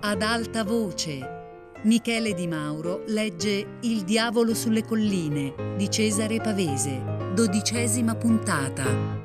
ad alta voce. Michele Di Mauro legge Il diavolo sulle colline di Cesare Pavese, 12ª puntata.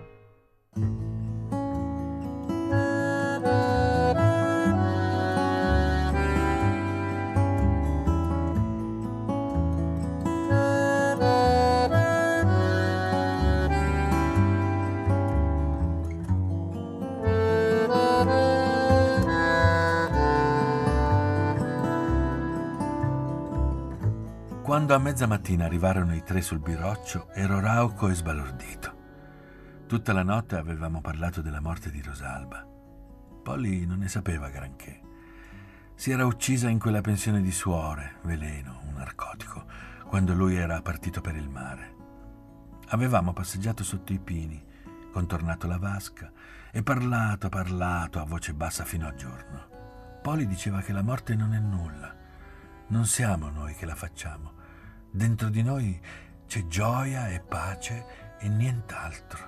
Quando a mezza mattina arrivarono i tre sul biroccio, ero rauco e sbalordito. Tutta la notte avevamo parlato della morte di Rosalba. Polly non ne sapeva granché. Si era uccisa in quella pensione di suore, veleno, un narcotico, quando lui era partito per il mare. Avevamo passeggiato sotto i pini, contornato la vasca e parlato a voce bassa fino a giorno. Polly diceva che la morte non è nulla. Non siamo noi che la facciamo. Dentro di noi c'è gioia e pace e nient'altro.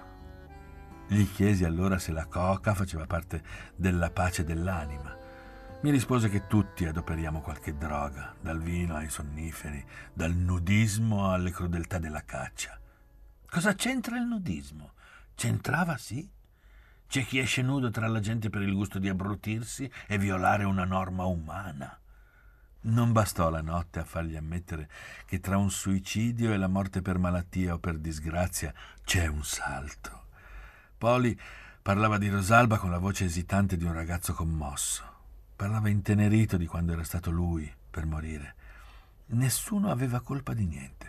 Gli chiesi allora se la coca faceva parte della pace dell'anima. Mi rispose che tutti adoperiamo qualche droga, dal vino ai sonniferi, dal nudismo alle crudeltà della caccia. Cosa c'entra il nudismo? C'entrava sì. C'è chi esce nudo tra la gente per il gusto di abbrutirsi e violare una norma umana. Non bastò la notte a fargli ammettere che tra un suicidio e la morte per malattia o per disgrazia c'è un salto. Polly parlava di Rosalba con la voce esitante di un ragazzo commosso. Parlava intenerito di quando era stato lui per morire. Nessuno aveva colpa di niente.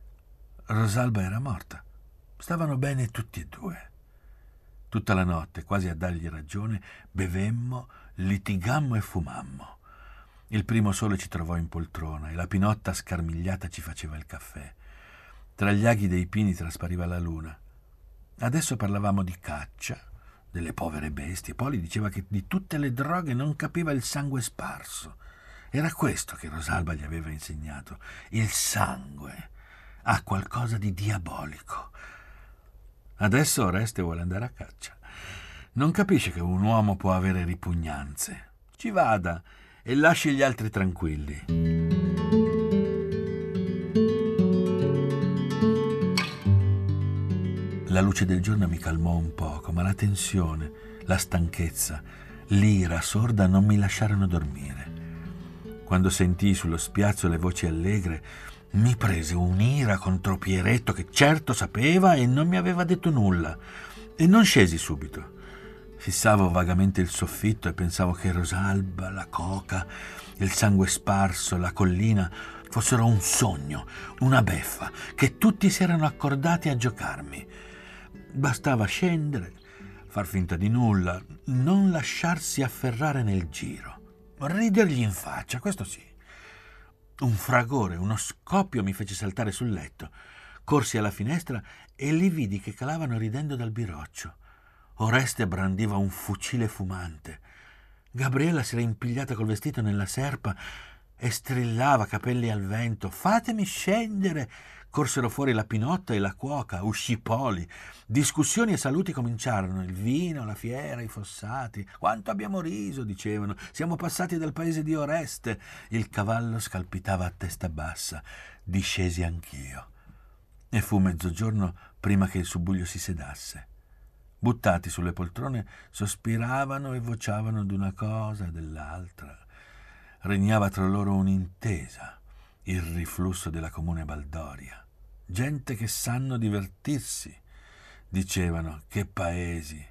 Rosalba era morta. Stavano bene tutti e due. Tutta la notte, quasi a dargli ragione, bevemmo, litigammo e fumammo. Il primo sole ci trovò in poltrona e la pinotta scarmigliata ci faceva il caffè. Tra gli aghi dei pini traspariva la luna. Adesso parlavamo di caccia, delle povere bestie. Polly diceva che di tutte le droghe non capiva il sangue sparso. Era questo che Rosalba gli aveva insegnato. Il sangue ha qualcosa di diabolico. Adesso Oreste vuole andare a caccia. Non capisce che un uomo può avere ripugnanze. Ci vada e lasci gli altri tranquilli. La luce del giorno mi calmò un poco, ma la tensione, la stanchezza, l'ira sorda non mi lasciarono dormire. Quando sentii sullo spiazzo le voci allegre, mi prese un'ira contro Pieretto che certo sapeva e non mi aveva detto nulla. E non scesi subito. Fissavo vagamente il soffitto e pensavo che Rosalba, la coca, il sangue sparso, la collina fossero un sogno, una beffa, che tutti si erano accordati a giocarmi. Bastava scendere, far finta di nulla, non lasciarsi afferrare nel giro, ridergli in faccia, questo sì. Un fragore, uno scoppio mi fece saltare sul letto. Corsi alla finestra e li vidi che calavano ridendo dal biroccio. Oreste brandiva un fucile fumante. Gabriella si era impigliata col vestito nella serpa e strillava, capelli al vento. «Fatemi scendere!» Corsero fuori la pinotta e la cuoca, uscì Polly. Discussioni e saluti cominciarono. Il vino, la fiera, i fossati. «Quanto abbiamo riso!» dicevano. «Siamo passati dal paese di Oreste!» Il cavallo scalpitava a testa bassa. Discesi anch'io. E fu mezzogiorno prima che il subbuglio si sedasse. Buttati sulle poltrone, sospiravano e vociavano d'una cosa e dell'altra. Regnava tra loro un'intesa, il riflusso della comune baldoria. Gente che sanno divertirsi, dicevano, che paesi.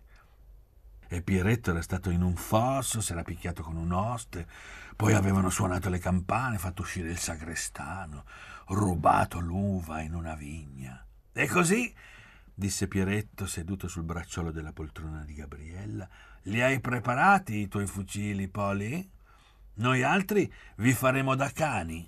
E Pieretto era stato in un fosso, s'era picchiato con un oste, poi avevano suonato le campane, fatto uscire il sagrestano, rubato l'uva in una vigna. E così, disse Pieretto seduto sul bracciolo della poltrona di Gabriella, li hai preparati i tuoi fucili, Polly? Noi altri vi faremo da cani.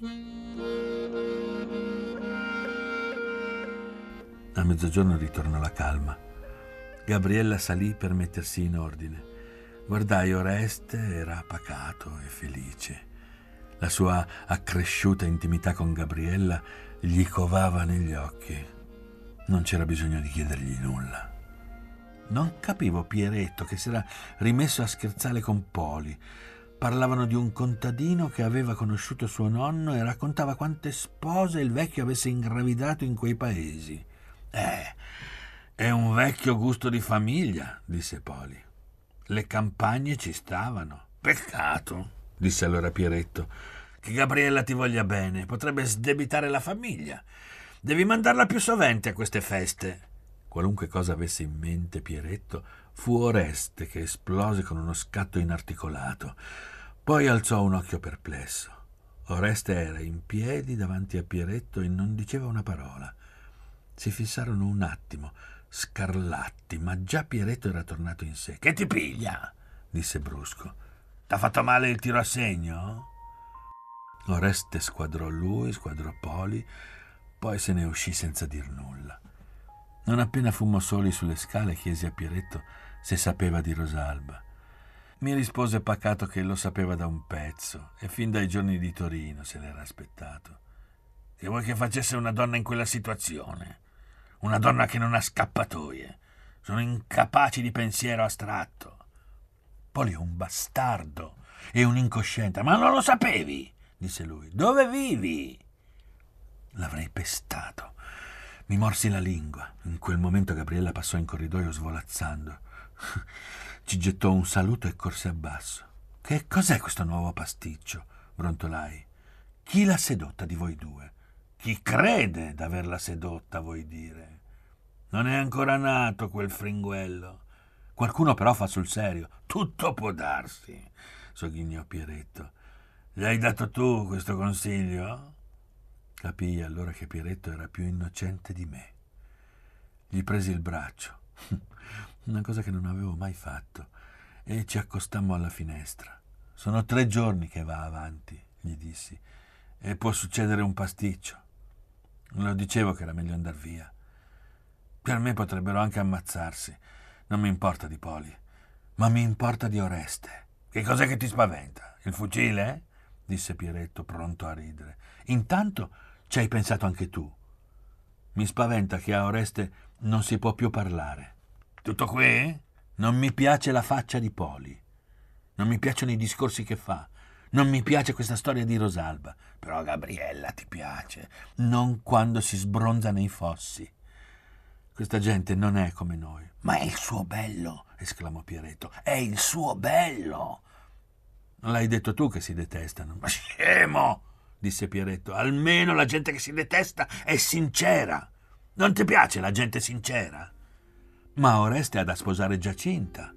A mezzogiorno ritornò la calma. Gabriella salì per mettersi in ordine. Guardai Oreste, era pacato e felice. La sua accresciuta intimità con Gabriella gli covava negli occhi. Non c'era bisogno di chiedergli nulla. Non capivo Pieretto che s'era rimesso a scherzare con Polly. Parlavano di un contadino che aveva conosciuto suo nonno e raccontava quante spose il vecchio avesse ingravidato in quei paesi. È un vecchio gusto di famiglia, disse Poli. Le campagne ci stavano. Peccato, disse allora Pieretto, che Gabriella ti voglia bene. Potrebbe sdebitare la famiglia. Devi mandarla più sovente a queste feste. Qualunque cosa avesse in mente Pieretto, fu Oreste che esplose con uno scatto inarticolato. Poi alzò un occhio perplesso. Oreste era in piedi davanti a Pieretto e non diceva una parola. Si fissarono un attimo, scarlatti, ma già Pieretto era tornato in sé. «Che ti piglia?» disse brusco. «T'ha fatto male il tiro a segno?» Oreste squadrò lui, squadrò Poli, poi se ne uscì senza dir nulla. Non appena fummo soli sulle scale, chiesi a Pieretto se sapeva di Rosalba. Mi rispose pacato che lo sapeva da un pezzo e fin dai giorni di Torino se l'era aspettato. Che vuoi che facesse una donna in quella situazione? Una donna che non ha scappatoie. Sono incapaci di pensiero astratto. Poli è un bastardo e un incosciente. Ma non lo sapevi? Disse lui. Dove vivi? L'avrei pestato. Mi morsi la lingua. In quel momento Gabriella passò in corridoio svolazzando. Ci gettò un saluto e corse a basso. «Che cos'è questo nuovo pasticcio?» brontolai. «Chi l'ha sedotta di voi due?» «Chi crede d'averla sedotta, vuoi dire?» «Non è ancora nato quel fringuello. Qualcuno però fa sul serio». «Tutto può darsi», sogghignò Pieretto. «Gli hai dato tu questo consiglio?» Capii allora che Pieretto era più innocente di me. Gli presi il braccio, una cosa che non avevo mai fatto, e ci accostammo alla finestra. «Sono 3 giorni che va avanti», gli dissi, «e può succedere un pasticcio. Lo dicevo che era meglio andar via. Per me potrebbero anche ammazzarsi. Non mi importa di Poli, ma mi importa di Oreste». «Che cos'è che ti spaventa? Il fucile?» disse Pieretto, pronto a ridere. «Intanto ci hai pensato anche tu. Mi spaventa che a Oreste non si può più parlare». «Tutto qui?» «Non mi piace la faccia di Poli. Non mi piacciono i discorsi che fa. Non mi piace questa storia di Rosalba. Però Gabriella ti piace. Non quando si sbronza nei fossi. Questa gente non è come noi». «Ma è il suo bello», esclamò Pieretto. «È il suo bello». «L'hai detto tu che si detestano». «Ma scemo», disse Pieretto. «Almeno la gente che si detesta è sincera. Non ti piace la gente sincera?» «Ma Oreste ha da sposare Giacinta».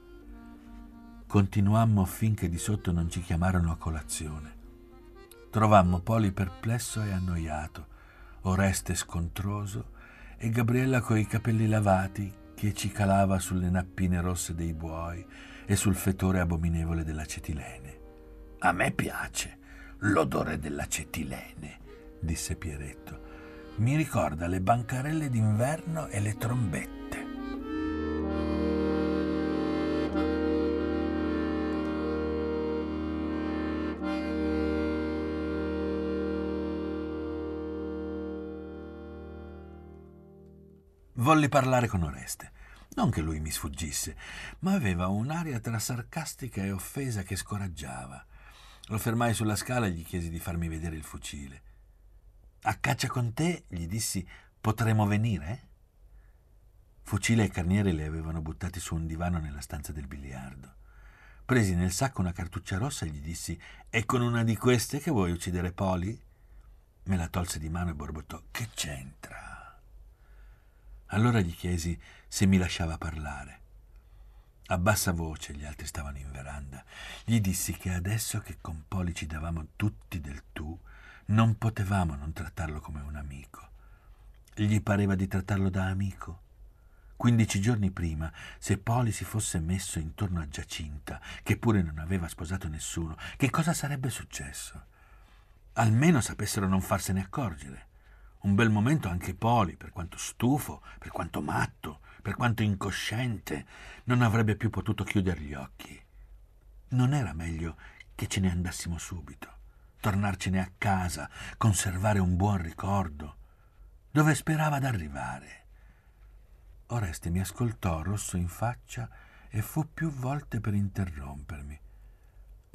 Continuammo finché di sotto non ci chiamarono a colazione. Trovammo Poli perplesso e annoiato, Oreste scontroso e Gabriella coi capelli lavati che ci calava sulle nappine rosse dei buoi e sul fetore abominevole dell'acetilene. «A me piace l'odore dell'acetilene», disse Pieretto. «Mi ricorda le bancarelle d'inverno e le trombette». Volli parlare con Oreste. Non che lui mi sfuggisse, ma aveva un'aria tra sarcastica e offesa che scoraggiava. Lo fermai sulla scala e gli chiesi di farmi vedere il fucile. «A caccia con te?» gli dissi. «Potremo venire?» Fucile e carniere li avevano buttati su un divano nella stanza del biliardo. Presi nel sacco una cartuccia rossa e gli dissi: «È con una di queste che vuoi uccidere Poli?» Me la tolse di mano e borbottò: «Che c'entra?» Allora gli chiesi se mi lasciava parlare. A bassa voce, gli altri stavano in veranda, gli dissi che adesso che con Poli ci davamo tutti del tu, non potevamo non trattarlo come un amico. Gli pareva di trattarlo da amico? 15 giorni prima, se Poli si fosse messo intorno a Giacinta, che pure non aveva sposato nessuno, che cosa sarebbe successo? Almeno sapessero non farsene accorgere. Un bel momento anche Poli, per quanto stufo, per quanto matto, per quanto incosciente, non avrebbe più potuto chiudere gli occhi. Non era meglio che ce ne andassimo subito, tornarcene a casa, conservare un buon ricordo, dove sperava d'arrivare? Oreste mi ascoltò rosso in faccia e fu più volte per interrompermi.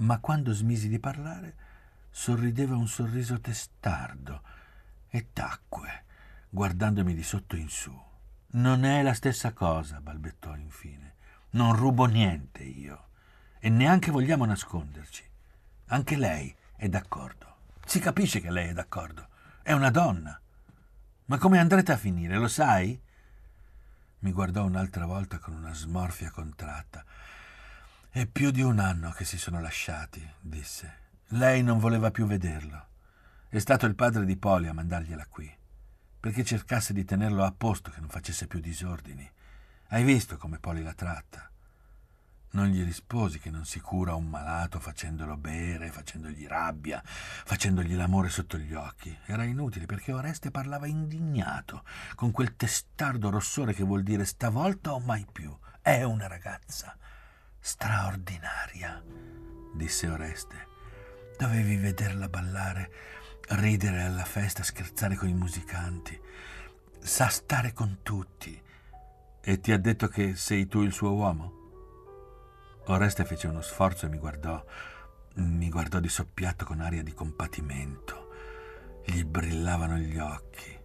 ma quando smisi di parlare sorrideva un sorriso testardo e tacque, guardandomi di sotto in su. «Non è la stessa cosa», balbettò infine. «Non rubo niente io, e neanche vogliamo nasconderci. Anche lei è d'accordo. Si capisce che lei è d'accordo. È una donna. Ma come andrete a finire, lo sai?» Mi guardò un'altra volta con una smorfia contratta. «È più di 1 anno che si sono lasciati», disse. «Lei non voleva più vederlo. È stato il padre di Polly a mandargliela qui, perché cercasse di tenerlo a posto, che non facesse più disordini. Hai visto come Polly la tratta?» Non gli risposi che non si cura un malato facendolo bere, facendogli rabbia, facendogli l'amore sotto gli occhi. Era inutile, perché Oreste parlava indignato, con quel testardo rossore che vuol dire stavolta o mai più. «È una ragazza straordinaria», disse Oreste. «Dovevi vederla ballare, ridere alla festa, scherzare con i musicanti. Sa stare con tutti». «E ti ha detto che sei tu il suo uomo?» Oreste fece uno sforzo e mi guardò di soppiatto con aria di compatimento. Gli brillavano gli occhi.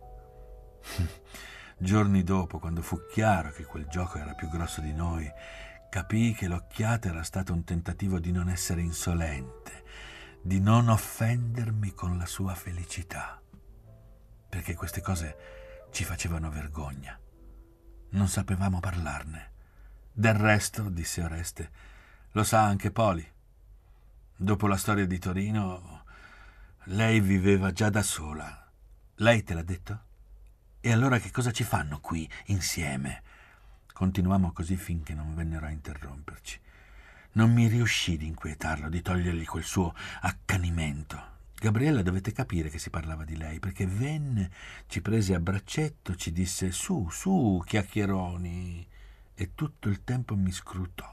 Giorni dopo, quando fu chiaro che quel gioco era più grosso di noi, capii che l'occhiata era stato un tentativo di non essere insolente, di non offendermi con la sua felicità, perché queste cose ci facevano vergogna. Non sapevamo parlarne. «Del resto», disse Oreste, «lo sa anche Polly. Dopo la storia di Torino, lei viveva già da sola. Lei te l'ha detto? E allora che cosa ci fanno qui, insieme?» Continuammo così finché non vennero a interromperci. Non mi riuscì di inquietarlo, di togliergli quel suo accanimento. Gabriella dovette capire che si parlava di lei, perché venne, ci prese a braccetto, ci disse «Su, su, chiacchieroni», e tutto il tempo mi scrutò.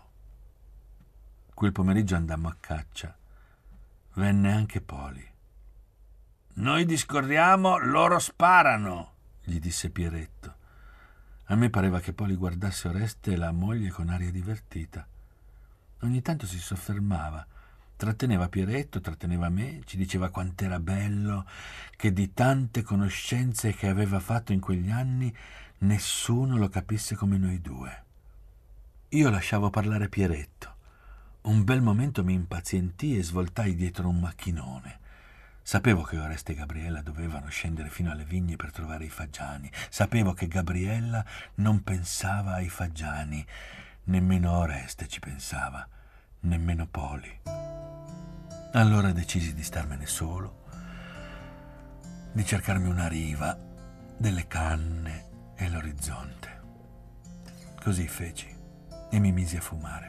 Quel pomeriggio andammo a caccia. Venne anche Polly. «Noi discorriamo, loro sparano», gli disse Pieretto. A me pareva che Polly guardasse Oreste e la moglie con aria divertita. Ogni tanto si soffermava, tratteneva Pieretto, tratteneva me, ci diceva quant'era bello, che di tante conoscenze che aveva fatto in quegli anni nessuno lo capisse come noi due. Io lasciavo parlare Pieretto. Un bel momento mi impazientii e svoltai dietro un macchinone. Sapevo che Oreste e Gabriella dovevano scendere fino alle vigne per trovare i fagiani. Sapevo che Gabriella non pensava ai fagiani. Nemmeno Oreste ci pensava, nemmeno Polly. Allora decisi di starmene solo, di cercarmi una riva, delle canne e l'orizzonte. Così feci e mi misi a fumare.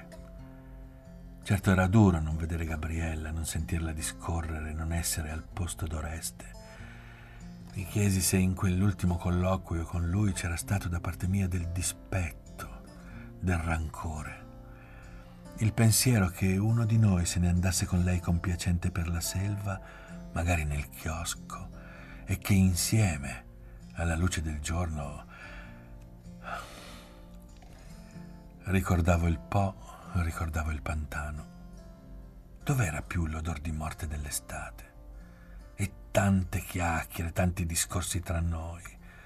Certo era duro non vedere Gabriella, non sentirla discorrere, non essere al posto d'Oreste. Mi chiesi se in quell'ultimo colloquio con lui c'era stato da parte mia del dispetto, del rancore. Il pensiero che uno di noi se ne andasse con lei compiacente per la selva, magari nel chiosco, e che insieme, alla luce del giorno, ricordavo il Po, ricordavo il pantano. Dov'era più l'odor di morte dell'estate? E tante chiacchiere, tanti discorsi tra noi.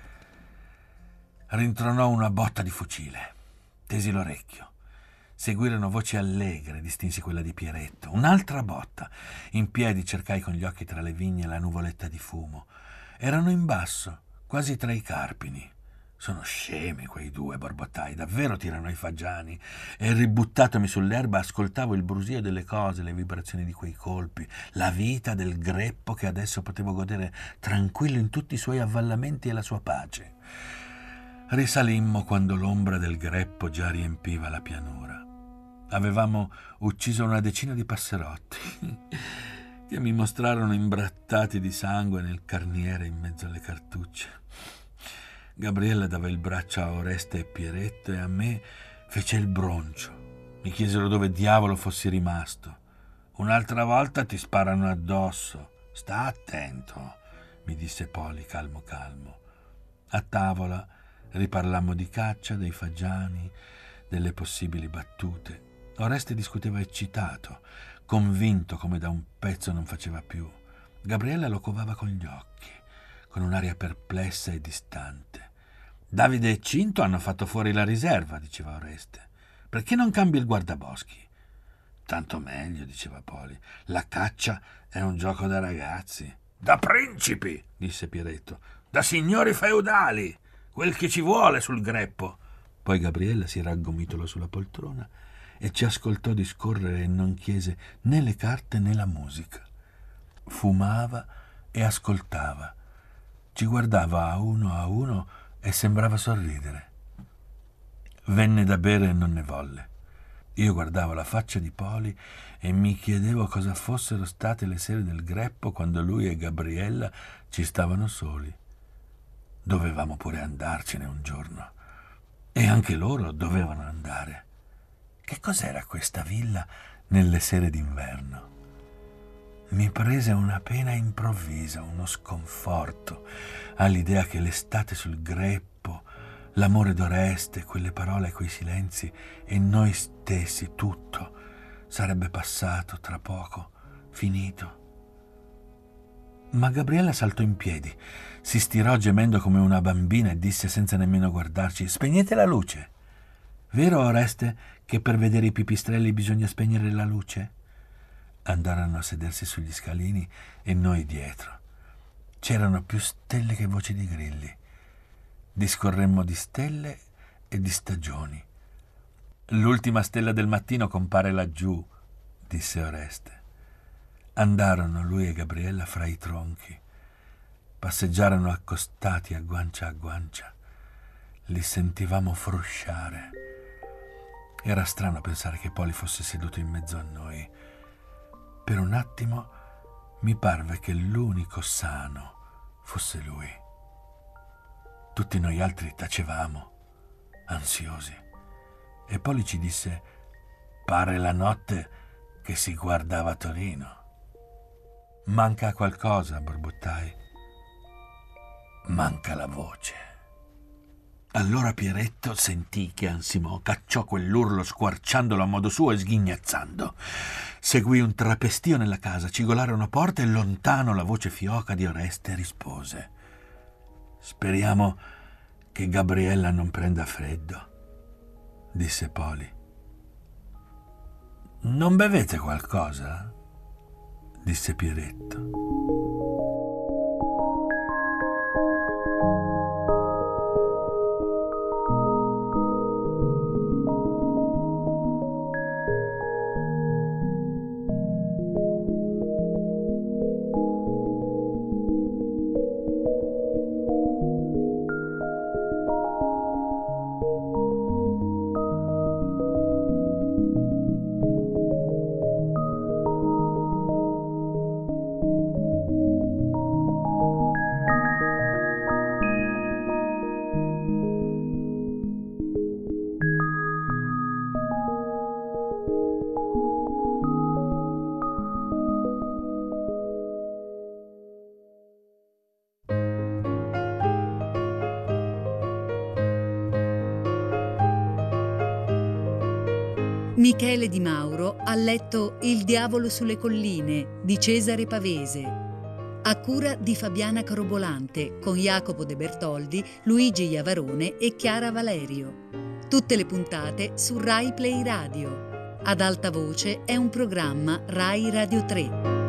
Rintronò una botta di fucile. Tesi l'orecchio. Seguirono voci allegre, distinsi quella di Pieretto. Un'altra botta. In piedi cercai con gli occhi tra le vigne la nuvoletta di fumo. Erano in basso, quasi tra i carpini. «Sono scemi quei due», borbottai, «davvero tirano i fagiani». E ributtatomi sull'erba ascoltavo il brusio delle cose, le vibrazioni di quei colpi, la vita del greppo che adesso potevo godere tranquillo in tutti i suoi avvallamenti e la sua pace. Risalimmo quando l'ombra del greppo già riempiva la pianura. Avevamo ucciso 10 di passerotti che mi mostrarono imbrattati di sangue nel carniere in mezzo alle cartucce. Gabriella dava il braccio a Oreste e Pieretto e a me fece il broncio. Mi chiesero dove diavolo fossi rimasto. «Un'altra volta ti sparano addosso. Sta attento», mi disse Polly calmo calmo. A tavola riparlammo di caccia, dei fagiani, delle possibili battute. Oreste discuteva eccitato, convinto come da un pezzo non faceva più. Gabriella lo covava con gli occhi, con un'aria perplessa e distante. Davide e Cinto hanno fatto fuori la riserva, diceva Oreste. Perché non cambi il guardaboschi? Tanto meglio, diceva Poli. La caccia è un gioco da ragazzi. Da principi, disse Pieretto. Da signori feudali. Quel che ci vuole sul greppo. Poi Gabriella si raggomitolò sulla poltrona e ci ascoltò discorrere e non chiese né le carte né la musica. Fumava e ascoltava. Ci guardava a uno e sembrava sorridere. Venne da bere e non ne volle. Io guardavo la faccia di Poli e mi chiedevo cosa fossero state le sere del greppo quando lui e Gabriella ci stavano soli. Dovevamo pure andarcene un giorno. E anche loro dovevano andare. Che cos'era questa villa nelle sere d'inverno? Mi prese una pena improvvisa, uno sconforto all'idea che l'estate sul greppo, l'amore d'Oreste, quelle parole, quei silenzi e noi stessi, tutto sarebbe passato tra poco, finito. Ma Gabriella saltò in piedi, si stirò gemendo come una bambina e disse senza nemmeno guardarci: «Spegnete la luce. Vero, Oreste, che per vedere i pipistrelli bisogna spegnere la luce?» Andarono a sedersi sugli scalini e noi dietro. C'erano più stelle che voci di grilli. Discorremmo di stelle e di stagioni. «L'ultima stella del mattino compare laggiù», disse Oreste. Andarono lui e Gabriella fra i tronchi. Passeggiarono accostati a guancia. Li sentivamo frusciare. Era strano pensare che Poli fosse seduto in mezzo a noi. Per un attimo mi parve che l'unico sano fosse lui. Tutti noi altri tacevamo, ansiosi. E Poli ci disse: «Pare la notte che si guardava Torino». «Manca qualcosa», borbottai. «Manca la voce». Allora Pieretto sentì che ansimò, cacciò quell'urlo squarciandolo a modo suo e sghignazzando. Seguì un trapestio nella casa, cigolarono porte e lontano la voce fioca di Oreste rispose: «Speriamo che Gabriella non prenda freddo», disse Poli. «Non bevete qualcosa?» disse Pieretto. Michele Di Mauro ha letto Il diavolo sulle colline di Cesare Pavese, a cura di Fabiana Carobolante, con Jacopo De Bertoldi, Luigi Iavarone e Chiara Valerio. Tutte le puntate su Rai Play Radio. Ad alta voce è un programma Rai Radio 3.